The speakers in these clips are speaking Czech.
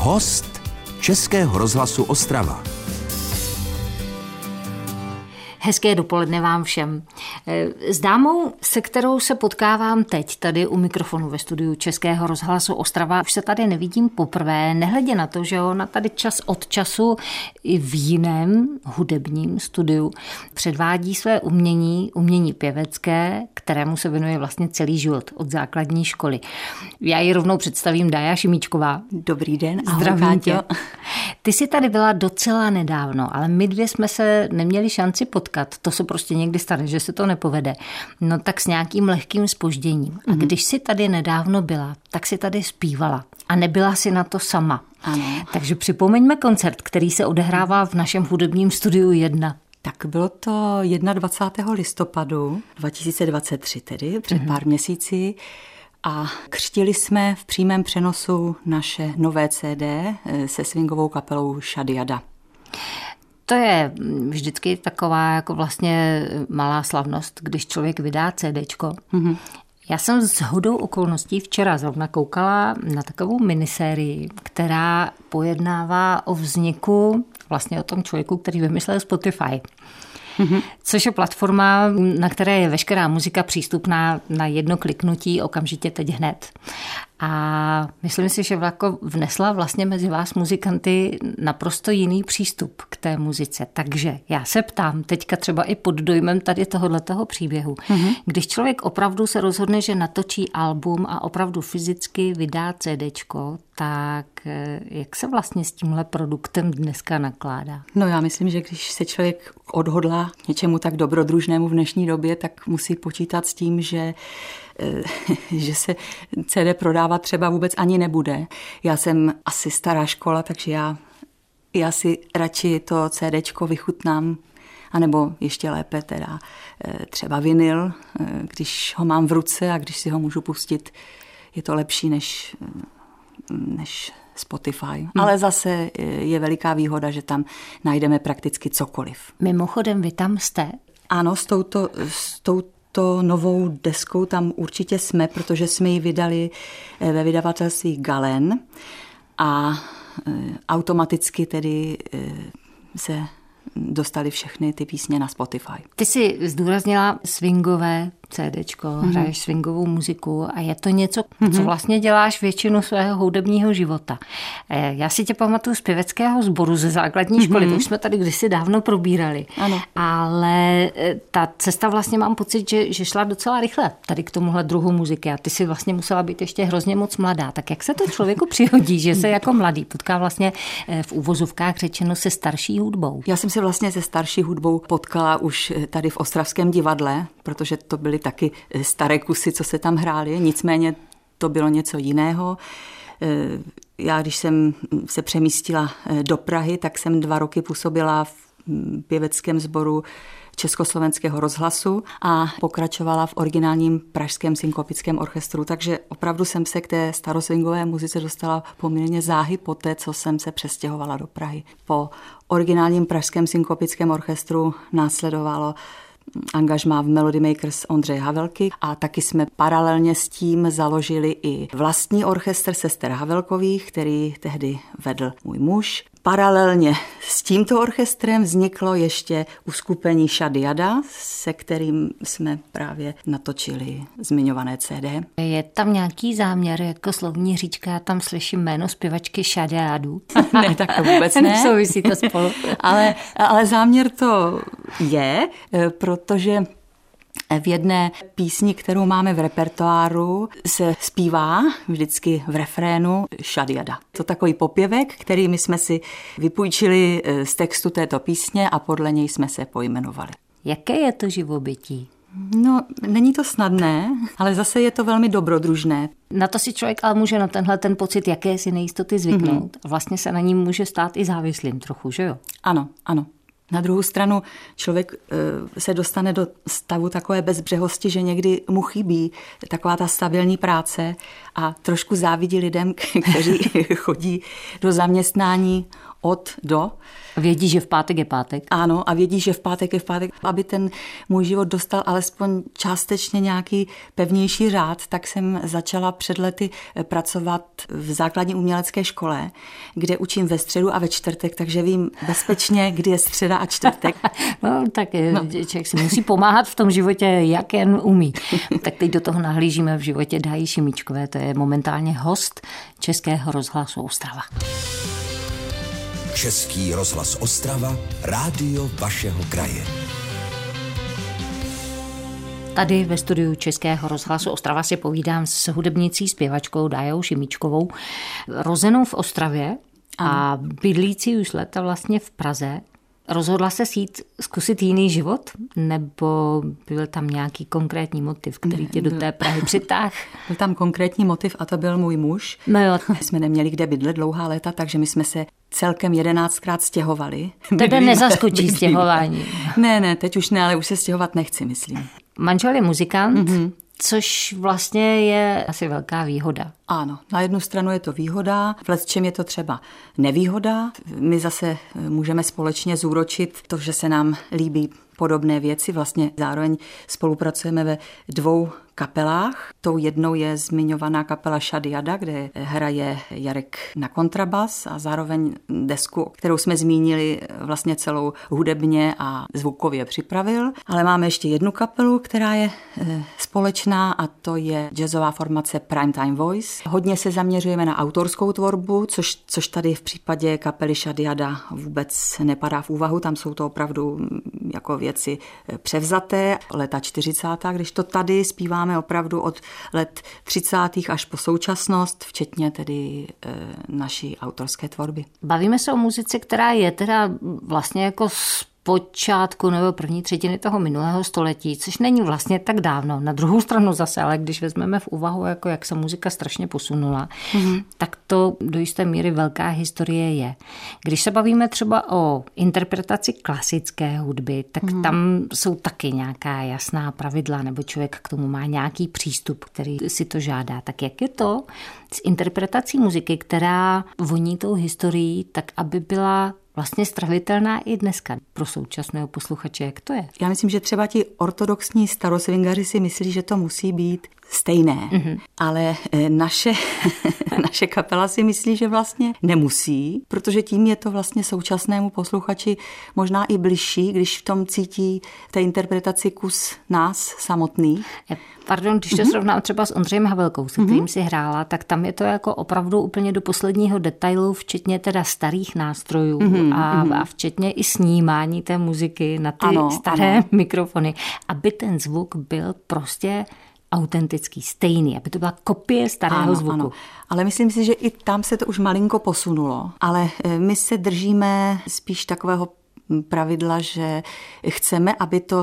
Host Českého rozhlasu Ostrava. Hezké dopoledne vám všem. S dámou, se kterou se potkávám teď tady u mikrofonu ve studiu Českého rozhlasu Ostrava, už se tady nevidím poprvé, nehledě na to, že ona tady čas od času i v jiném hudebním studiu předvádí své umění pěvecké, kterému se věnuje vlastně celý život od základní školy. Já ji rovnou představím, Dája Šimíčková. Dobrý den, zdravím tě. Ty jsi tady byla docela nedávno, ale my dvě jsme se neměli šanci potkat. To se prostě někdy stane, že se to nepovede. No tak s nějakým lehkým zpožděním. A když jsi tady nedávno byla, tak si tady zpívala. A nebyla si na to sama. Ano. Takže připomeňme koncert, který se odehrává v našem hudebním studiu 1. Tak bylo to 21. listopadu 2023, tedy před pár měsíci. A křtili jsme v přímém přenosu naše nové CD se swingovou kapelou Shadiada. To je vždycky taková jako vlastně malá slavnost, když člověk vydá CDčko. Mm-hmm. Já jsem s shodou okolností včera zrovna koukala na takovou minisérii, která pojednává o vzniku, vlastně o tom člověku, který vymyslel Spotify. Mm-hmm. Což je platforma, na které je veškerá muzika přístupná na jedno kliknutí okamžitě teď hned. A myslím si, že jako vnesla vlastně mezi vás muzikanty naprosto jiný přístup k té muzice. Takže já se ptám teďka třeba i pod dojmem tady tohoto příběhu. Mm-hmm. Když člověk opravdu se rozhodne, že natočí album a opravdu fyzicky vydá CDčko, tak jak se vlastně s tímhle produktem dneska nakládá? No já myslím, že když se člověk odhodlá něčemu tak dobrodružnému v dnešní době, tak musí počítat s tím, že se CD prodávat třeba vůbec ani nebude. Já jsem asi stará škola, takže já si radši to CDčko vychutnám, anebo ještě lépe teda třeba vinyl, když ho mám v ruce a když si ho můžu pustit, je to lepší než Spotify. Ale zase je veliká výhoda, že tam najdeme prakticky cokoliv. Mimochodem, vy tam jste? Ano, s touto novou deskou tam určitě jsme, protože jsme ji vydali ve vydavatelství Galen a automaticky tedy se dostaly všechny ty písně na Spotify. Ty jsi zdůraznila swingové CDčko, hraješ swingovou muziku a je to něco, co vlastně děláš většinu svého hudebního života. Já si tě pamatuju z pěveckého sboru ze základní školy, to už jsme tady kdysi dávno probírali. Ano. Ale ta cesta vlastně mám pocit, že šla docela rychle tady k tomuhle druhu muziky a ty si vlastně musela být ještě hrozně moc mladá. Tak jak se to člověku přihodí, že se jako mladý potká vlastně v uvozovkách řečeno se starší hudbou? Já jsem se vlastně se starší hudbou potkala už tady v Ostravském divadle, protože to byly taky staré kusy, co se tam hrály, nicméně to bylo něco jiného. Já, když jsem se přemístila do Prahy, tak jsem 2 roky působila v pěveckém sboru Československého rozhlasu a pokračovala v originálním pražském synkopickém orchestru, takže opravdu jsem se k té staroswingové muzice dostala poměrně záhy poté, co jsem se přestěhovala do Prahy. Po originálním pražském synkopickém orchestru následovalo angažmá v Melody Makers Ondřeje Havelky a taky jsme paralelně s tím založili i vlastní orchestr sester Havelkových, který tehdy vedl můj muž. Paralelně s tímto orchestrem vzniklo ještě uskupení Shadiada, se kterým jsme právě natočili zmiňované CD. Je tam nějaký záměr, jako slovní říčka, já tam slyším jméno zpěvačky Shadiadu? Ne, tak to vůbec ne. Nesouvisí to spolu. ale záměr to je, protože v jedné písni, kterou máme v repertoáru, se zpívá vždycky v refrénu Shadiada. To takový popěvek, který my jsme si vypůjčili z textu této písně a podle něj jsme se pojmenovali. Jaké je to živobytí? No, není to snadné, ale zase je to velmi dobrodružné. Na to si člověk ale může na ten pocit jakési nejistoty zvyknout. Vlastně se na ní může stát i závislým trochu, že jo? Ano, ano. Na druhou stranu člověk se dostane do stavu takové bezbřehosti, že někdy mu chybí taková ta stabilní práce a trošku závidí lidem, kteří chodí do zaměstnání od do. Vědí, že v pátek je pátek. Ano, a vědí, že v pátek je v pátek. Aby ten můj život dostal alespoň částečně nějaký pevnější řád, tak jsem začala před lety pracovat v základní umělecké škole, kde učím ve středu a ve čtvrtek, takže vím bezpečně, kdy je středa a čtvrtek. No, tak člověk si musí pomáhat v tom životě, jak jen umí. Tak teď do toho nahlížíme v životě Dají Šimíčkové, to je momentálně host Českého rozhlasu Ostrava. Český rozhlas Ostrava, rádio vašeho kraje. Tady ve studiu Českého rozhlasu Ostrava si povídám s hudebnicí, zpěvačkou Dájou Šimíčkovou, rozenou v Ostravě a bydlící už léta vlastně v Praze. Rozhodla se jít zkusit jiný život, nebo byl tam nějaký konkrétní motiv, který tě do té Prahy přitáhl? Byl tam konkrétní motiv a to byl můj muž. No jo. Jsme neměli kde bydlet dlouhá léta, takže my jsme se celkem 11krát stěhovali. Teda nezaskočí stěhování. Ne, teď už ne, ale už se stěhovat nechci, myslím. Manžel je muzikant, což vlastně je asi velká výhoda. Ano, na jednu stranu je to výhoda, v lecčem je to třeba nevýhoda. My zase můžeme společně zúročit to, že se nám líbí podobné věci. Vlastně zároveň spolupracujeme ve 2 kapelách. Tou jednou je zmiňovaná kapela Šadiada, kde hraje Jarek na kontrabas a zároveň desku, kterou jsme zmínili, vlastně celou hudebně a zvukově připravil. Ale máme ještě jednu kapelu, která je společná a to je jazzová formace Primetime Voice. Hodně se zaměřujeme na autorskou tvorbu, což tady v případě kapely Šadiada vůbec nepadá v úvahu. Tam jsou to opravdu jako věci převzaté, leta 40. Když to tady zpíváme opravdu od let 30. až po současnost, včetně tedy naší autorské tvorby. Bavíme se o muzice, která je teda vlastně jako počátku nebo první třetiny toho minulého století, což není vlastně tak dávno. Na druhou stranu zase, ale když vezmeme v úvahu, jako jak se muzika strašně posunula, tak to do jisté míry velká historie je. Když se bavíme třeba o interpretaci klasické hudby, tak tam jsou taky nějaká jasná pravidla, nebo člověk k tomu má nějaký přístup, který si to žádá. Tak jak je to s interpretací muziky, která voní tou historií, tak aby byla vlastně stravitelná i dneska pro současného posluchače. Jak to je? Já myslím, že třeba ti ortodoxní starosvingaři si myslí, že to musí být stejné, ale naše kapela si myslí, že vlastně nemusí, protože tím je to vlastně současnému posluchači možná i bližší, když v tom cítí v té interpretaci kus nás samotných. Pardon, když to srovnám třeba s Ondřejem Havelkou, se kterým si hrála, tak tam je to jako opravdu úplně do posledního detailu, včetně teda starých nástrojů a včetně i snímání té muziky na ty staré mikrofony, aby ten zvuk byl prostě autentický, stejný, aby to byla kopie starého zvuku. Ano. Ale myslím si, že i tam se to už malinko posunulo, ale my se držíme spíš takového pravidla, že chceme,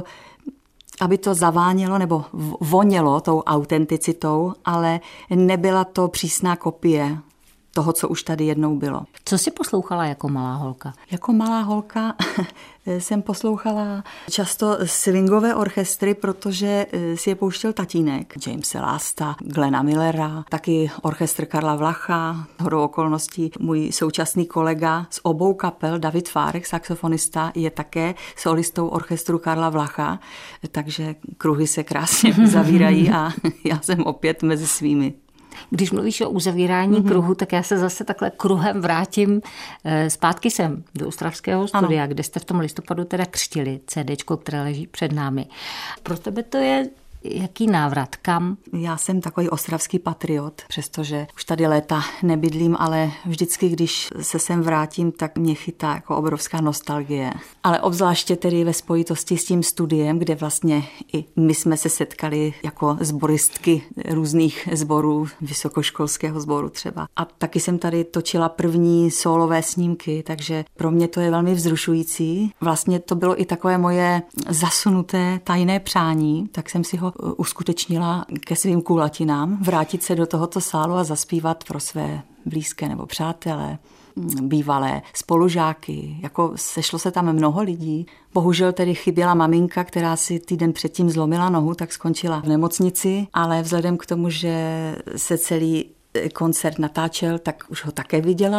aby to zavánělo nebo vonělo tou autenticitou, ale nebyla to přísná kopie toho, co už tady jednou bylo. Co jsi poslouchala jako malá holka? Jako malá holka jsem poslouchala často swingové orchestry, protože si je pouštěl tatínek. Jamese Lasta, Glena Millera, taky orchestr Karla Vlacha, shodou okolností můj současný kolega z obou kapel, David Fárek, saxofonista, je také solistou orchestru Karla Vlacha, takže kruhy se krásně uzavírají a já jsem opět mezi svými. Když mluvíš o uzavírání kruhu, tak já se zase takhle kruhem vrátím zpátky sem do ostravského studia, kde jste v tom listopadu teda křtili CDčko, které leží před námi. Pro tebe to je jaký návrat? Kam? Já jsem takový ostravský patriot, přestože už tady léta nebydlím, ale vždycky, když se sem vrátím, tak mě chytá jako obrovská nostalgie. Ale obzvláště tedy ve spojitosti s tím studiem, kde vlastně i my jsme se setkali jako sboristky různých sborů, vysokoškolského sboru třeba. A taky jsem tady točila první sólové snímky, takže pro mě to je velmi vzrušující. Vlastně to bylo i takové moje zasunuté tajné přání, tak jsem si ho uskutečnila ke svým kulatinám, vrátit se do tohoto sálu a zaspívat pro své blízké nebo přátelé, bývalé spolužáky. Jako sešlo se tam mnoho lidí. Bohužel tedy chyběla maminka, která si týden předtím zlomila nohu, tak skončila v nemocnici, ale vzhledem k tomu, že se celý koncert natáčel, tak už ho také viděla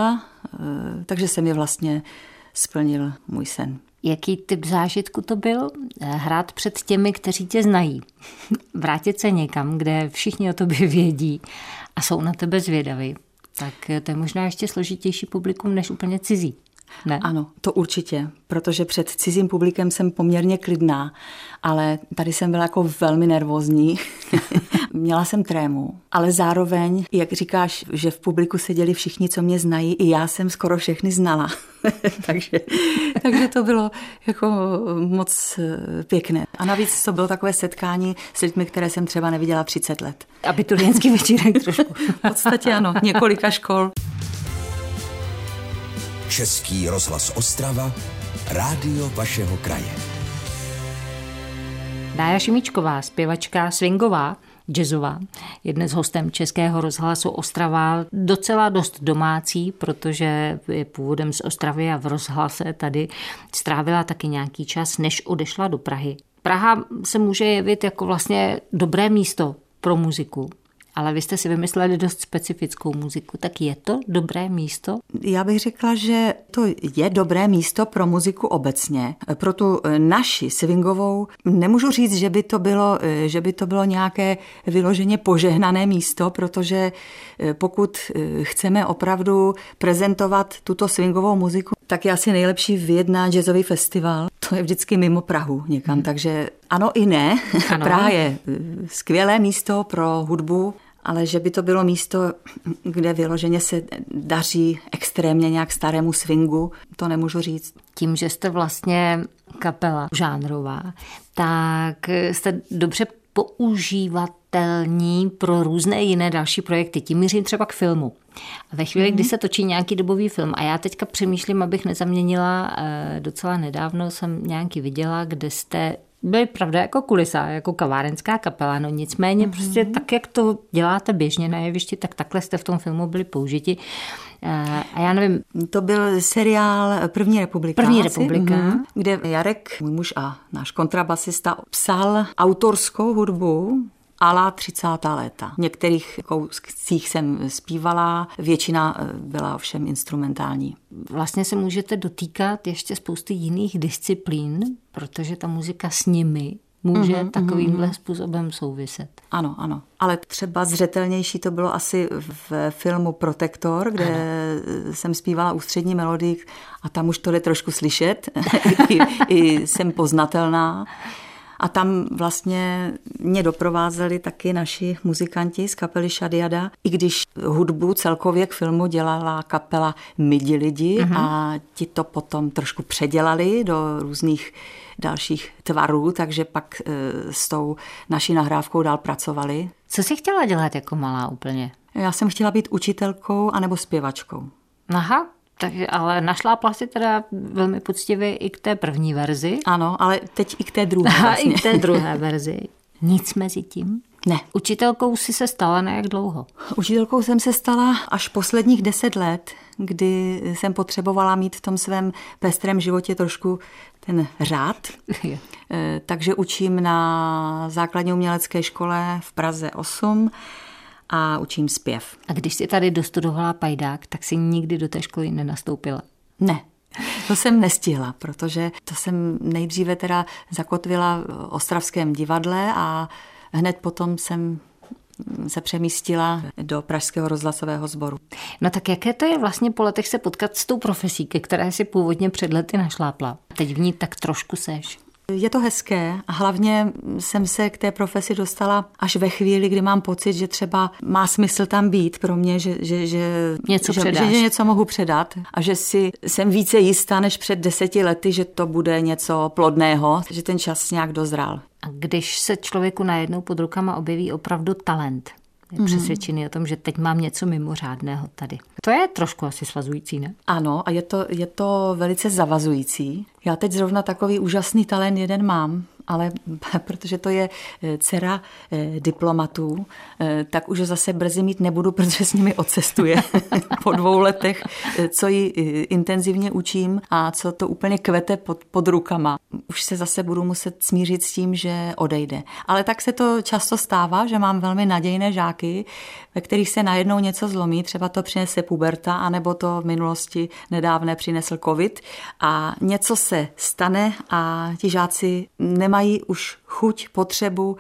takže se mi vlastně splnil můj sen. Jaký typ zážitku to byl? Hrát před těmi, kteří tě znají. Vrátit se někam, kde všichni o tobě vědí a jsou na tebe zvědaví. Tak to je možná ještě složitější publikum než úplně cizí. Ne? Ano, to určitě, protože před cizím publikem jsem poměrně klidná, ale tady jsem byla jako velmi nervózní. Měla jsem trému, ale zároveň, jak říkáš, že v publiku seděli všichni, co mě znají, i já jsem skoro všechny znala. takže to bylo jako moc pěkné. A navíc to bylo takové setkání s lidmi, které jsem třeba neviděla 30 let. Abiturientský večírek trošku. V podstatě ano, několika škol. Český rozhlas Ostrava, rádio vašeho kraje. Dája Šimíčková, zpěvačka swingová, jazzová, je dnes hostem Českého rozhlasu Ostrava, docela dost domácí, protože je původem z Ostravy a v rozhlase tady strávila taky nějaký čas, než odešla do Prahy. Praha se může jevit jako vlastně dobré místo pro muziku. Ale vy jste si vymysleli dost specifickou muziku, tak je to dobré místo? Já bych řekla, že to je dobré místo pro muziku obecně. Pro tu naši swingovou nemůžu říct, že by to bylo nějaké vyloženě požehnané místo, protože pokud chceme opravdu prezentovat tuto swingovou muziku, tak je asi nejlepší vyjet na jazzový festival. To je vždycky mimo Prahu někam, takže ano i ne. Ano. Praha je skvělé místo pro hudbu, ale že by to bylo místo, kde vyloženě se daří extrémně nějak starému swingu, to nemůžu říct. Tím, že jste vlastně kapela žánrová, tak jste dobře používatelní pro různé jiné další projekty. Tím mířím třeba k filmu. A ve chvíli, kdy se točí nějaký dobový film, a já teďka přemýšlím, abych nezaměnila, docela nedávno jsem nějaký viděla, kde jste byly pravda jako kulisa, jako kavárenská kapela, no nicméně prostě tak, jak to děláte běžně na jevišti, tak takhle jste v tom filmu byli použiti. A já nevím. To byl seriál První republika. První republika. Kde Jarek, můj muž a náš kontrabasista, psal autorskou hudbu ala 30. léta. V některých kouscích jsem zpívala, většina byla ovšem instrumentální. Vlastně se můžete dotýkat ještě spousty jiných disciplín, protože ta muzika s nimi může takovýmhle způsobem souviset. Ano, ano. Ale třeba zřetelnější to bylo asi v filmu Protektor, kde jsem zpívala ústřední melodii a tam už to jde trošku slyšet. I jsem poznatelná. A tam vlastně mě doprovázeli taky naši muzikanti z kapely Šadiada, i když hudbu celkově k filmu dělala kapela Midi lidi a ti to potom trošku předělali do různých dalších tvarů, takže pak s tou naší nahrávkou dál pracovali. Co jsi chtěla dělat jako malá úplně? Já jsem chtěla být učitelkou anebo zpěvačkou. Aha. Takže, ale našlápla si teda velmi poctivě i k té první verzi. Ano, ale teď i k té druhé. Vlastně. I k té druhé verzi. Nic mezi tím? Ne. Učitelkou jsi se stala na jak dlouho? Učitelkou jsem se stala až posledních 10 let, kdy jsem potřebovala mít v tom svém pestrém životě trošku ten řád. Takže učím na základní umělecké škole v Praze 8 a učím zpěv. A když jsi tady dostudovala pajdák, tak jsi nikdy do té školy nenastoupila? Ne, to jsem nestihla, protože to jsem nejdříve teda zakotvila v Ostravském divadle a hned potom jsem se přemístila do Pražského rozhlasového sboru. No tak jaké to je vlastně po letech se potkat s tou profesí, ke které si původně před lety našlápla? Teď v ní tak trošku seš. Je to hezké a hlavně jsem se k té profesi dostala až ve chvíli, kdy mám pocit, že třeba má smysl tam být pro mě, že něco mohu předat a že si jsem více jistá než před 10 lety, že to bude něco plodného, že ten čas nějak dozrál. A když se člověku najednou pod rukama objeví opravdu talent, je přesvědčený o tom, že teď mám něco mimořádného tady. To je trošku asi svazující, ne? Ano, a je to velice zavazující. Já teď zrovna takový úžasný talent jeden mám ale protože to je dcera diplomatů, tak už zase brzy mít nebudu, protože s nimi odcestuje po 2 letech, co ji intenzivně učím a co to úplně kvete pod rukama. Už se zase budu muset smířit s tím, že odejde. Ale tak se to často stává, že mám velmi nadějné žáky, ve kterých se najednou něco zlomí, třeba to přinese puberta, anebo to v minulosti nedávné přinesl covid a něco se stane a ti žáci nemají už chuť, potřebu,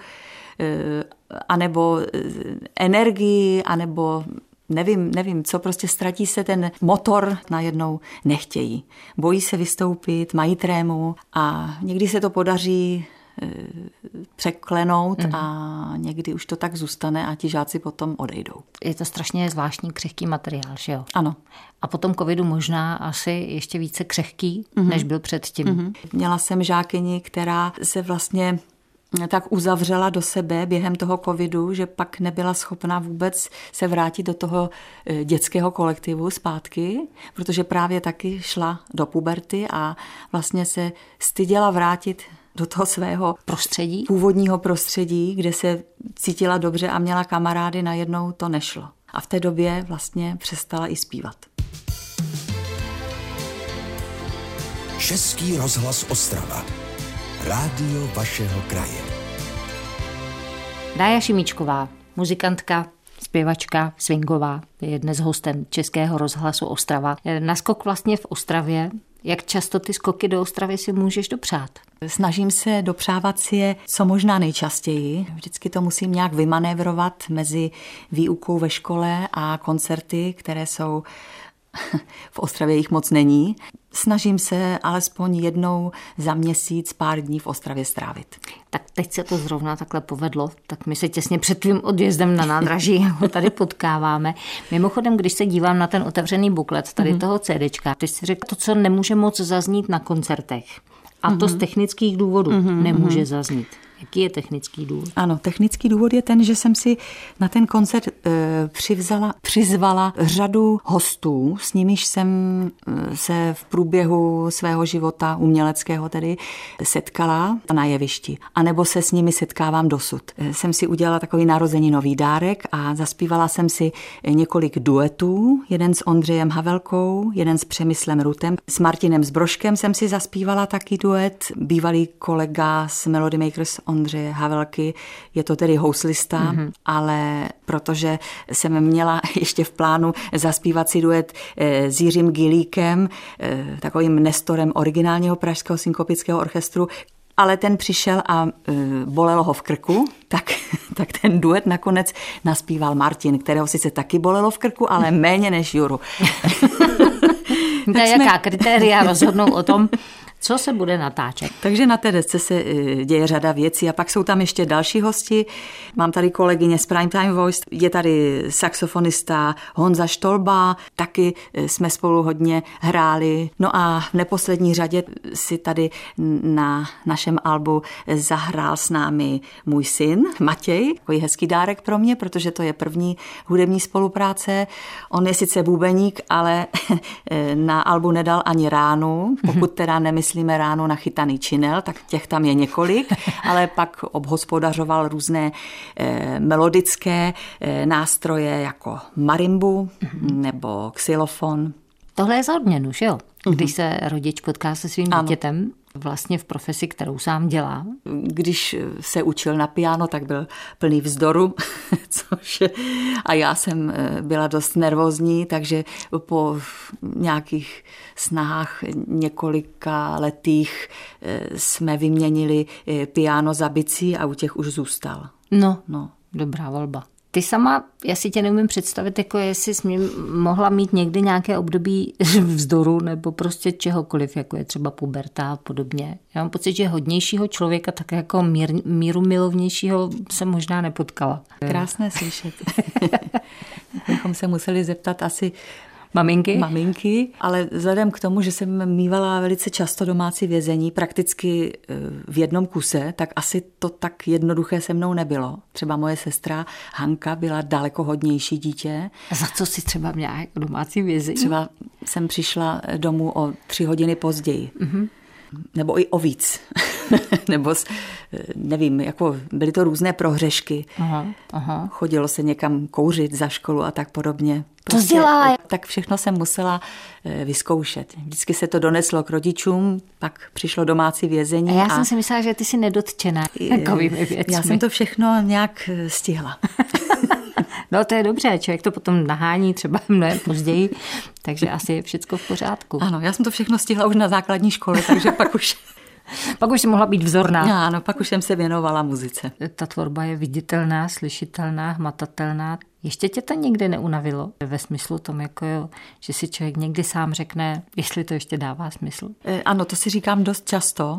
anebo energii, anebo nevím, co, prostě ztratí se ten motor, najednou nechtějí. Bojí se vystoupit, mají trému a někdy se to podaří překlenout a někdy už to tak zůstane a ti žáci potom odejdou. Je to strašně zvláštní křehký materiál, že jo? Ano. A potom covidu možná asi ještě více křehký, než byl předtím. Měla jsem žákyni, která se vlastně tak uzavřela do sebe během toho covidu, že pak nebyla schopná vůbec se vrátit do toho dětského kolektivu zpátky, protože právě taky šla do puberty a vlastně se styděla vrátit do toho svého prostředí, původního prostředí, kde se cítila dobře a měla kamarády, najednou to nešlo. A v té době vlastně přestala i zpívat. Český rozhlas Ostrava. Rádio vašeho kraje. Dája Šimíčková, muzikantka, zpěvačka, swingová, je dnes hostem Českého rozhlasu Ostrava. Naskok vlastně v Ostravě. Jak často ty skoky do Ostravy si můžeš dopřát? Snažím se dopřávat si je co možná nejčastěji. Vždycky to musím nějak vymanévrovat mezi výukou ve škole a koncerty, které jsou v Ostravě, jich moc není. Snažím se alespoň jednou za měsíc pár dní v Ostravě strávit. Tak teď se to zrovna takhle povedlo, tak my se těsně před tvým odjezdem na nádraží ho tady potkáváme. Mimochodem, když se dívám na ten otevřený buklet tady toho CDčka, ty jsi řekl to, co nemůže moc zaznít na koncertech. A to z technických důvodů nemůže zaznít. Jaký je technický důvod? Ano, technický důvod je ten, že jsem si na ten koncert přizvala řadu hostů, s nimiž jsem se v průběhu svého života uměleckého tedy setkala na jevišti. A nebo se s nimi setkávám dosud. Jsem si udělala takový narozeninový dárek a zaspívala jsem si několik duetů. Jeden s Ondřejem Havelkou, jeden s Přemyslem Rutem. S Martinem Zbrožkem jsem si zaspívala taky duet. Bývalý kolega z Melody Makers Ondřeje Havelky, je to tedy houslista, ale protože jsem měla ještě v plánu zaspívat si duet s Jiřím Gilíkem, takovým nestorem originálního pražského synkopického orchestru, ale ten přišel a bolelo ho v krku, tak ten duet nakonec naspíval Martin, kterého sice taky bolelo v krku, ale méně než Juru. Jaká kritéria rozhodnou o tom, co se bude natáčet? Takže na té desce se děje řada věcí a pak jsou tam ještě další hosti. Mám tady kolegyně z Primetime Voice, je tady saxofonista Honza Štolba, taky jsme spolu hodně hráli. No a v neposlední řadě si tady na našem albu zahrál s námi můj syn Matěj. Takový hezký dárek pro mě, protože to je první hudební spolupráce. On je sice bubeník, ale na albu nedal ani ránu, pokud teda nemyslíme ráno nachytaný činel, tak těch tam je několik, ale pak obhospodařoval různé melodické nástroje jako marimbu nebo xylofon. Tohle je za odměnu, že jo? Když se rodič potká se svým dítětem, vlastně v profesi, kterou sám dělá. Když se učil na piano, tak byl plný vzdoru, a já jsem byla dost nervózní, takže po nějakých snahách několika letých jsme vyměnili piano za bicí a u těch už zůstal. No. Dobrá volba. Ty sama, já si tě neumím představit, jako jestli jsi mohla mít někdy nějaké období vzdoru nebo prostě čehokoliv, jako je třeba puberta a podobně. Já mám pocit, že hodnějšího člověka, tak jako míru milovnějšího jsem možná nepotkala. Krásné slyšet. Bychom se museli zeptat asi maminky, ale vzhledem k tomu, že jsem mívala velice často domácí vězení, prakticky v jednom kuse, tak asi to tak jednoduché se mnou nebylo. Třeba moje sestra Hanka byla daleko hodnější dítě. A za co si třeba měla jako domácí vězení? Třeba jsem přišla domů o 3 hodiny později. nebo i o víc. Nebo nevím, jako byly to různé prohřešky. Aha. Chodilo se někam kouřit za školu a tak podobně. To dělá. Tak všechno jsem musela vyzkoušet. Vždycky se to doneslo k rodičům, pak přišlo domácí vězení. A já jsem si myslela, že ty jsi nedotčená takovými věcmi. Já jsem to všechno nějak stihla. No to je dobře, člověk to potom nahání třeba mnohem později, takže asi je všecko v pořádku. Ano, já jsem to všechno stihla už na základní škole, takže pak už... Pak už jsi mohla být vzorná. Ano, pak už jsem se věnovala muzice. Ta tvorba je viditelná, slyšitelná, hmatatelná. Ještě tě to někdy neunavilo? Ve smyslu tom, jako jo, že si člověk někdy sám řekne, jestli to ještě dává smysl? Ano, to si říkám dost často.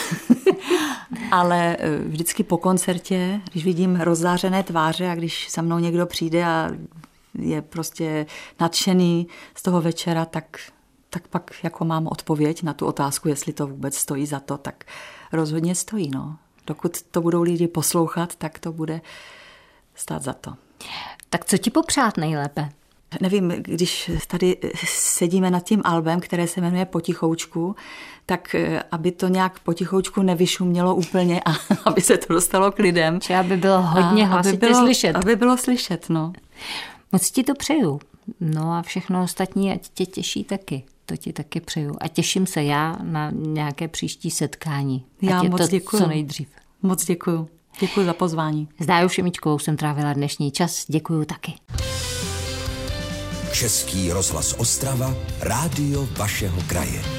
Ale vždycky po koncertě, když vidím rozzářené tváře a když za mnou někdo přijde a je prostě nadšený z toho večera, tak pak jako mám odpověď na tu otázku, jestli to vůbec stojí za to, tak rozhodně stojí. No. Dokud to budou lidi poslouchat, tak to bude stát za to. Tak co ti popřát nejlépe? Nevím, když tady sedíme nad tím albem, které se jmenuje Potichoučku, tak aby to nějak potichoučku nevyšumělo úplně a aby se to dostalo k lidem. Či aby bylo hodně hlasitě slyšet. Aby bylo slyšet, no. Moc ti to přeju. No a všechno ostatní, ať tě těší taky. To ti taky přeju. A těším se já na nějaké příští setkání. Já moc děkuju. Co nejdřív. Moc děkuju. Děkuju za pozvání. S Dájou Šemičkovou jsem trávila dnešní čas. Děkuju taky. Český rozhlas Ostrava, rádio vašeho kraje.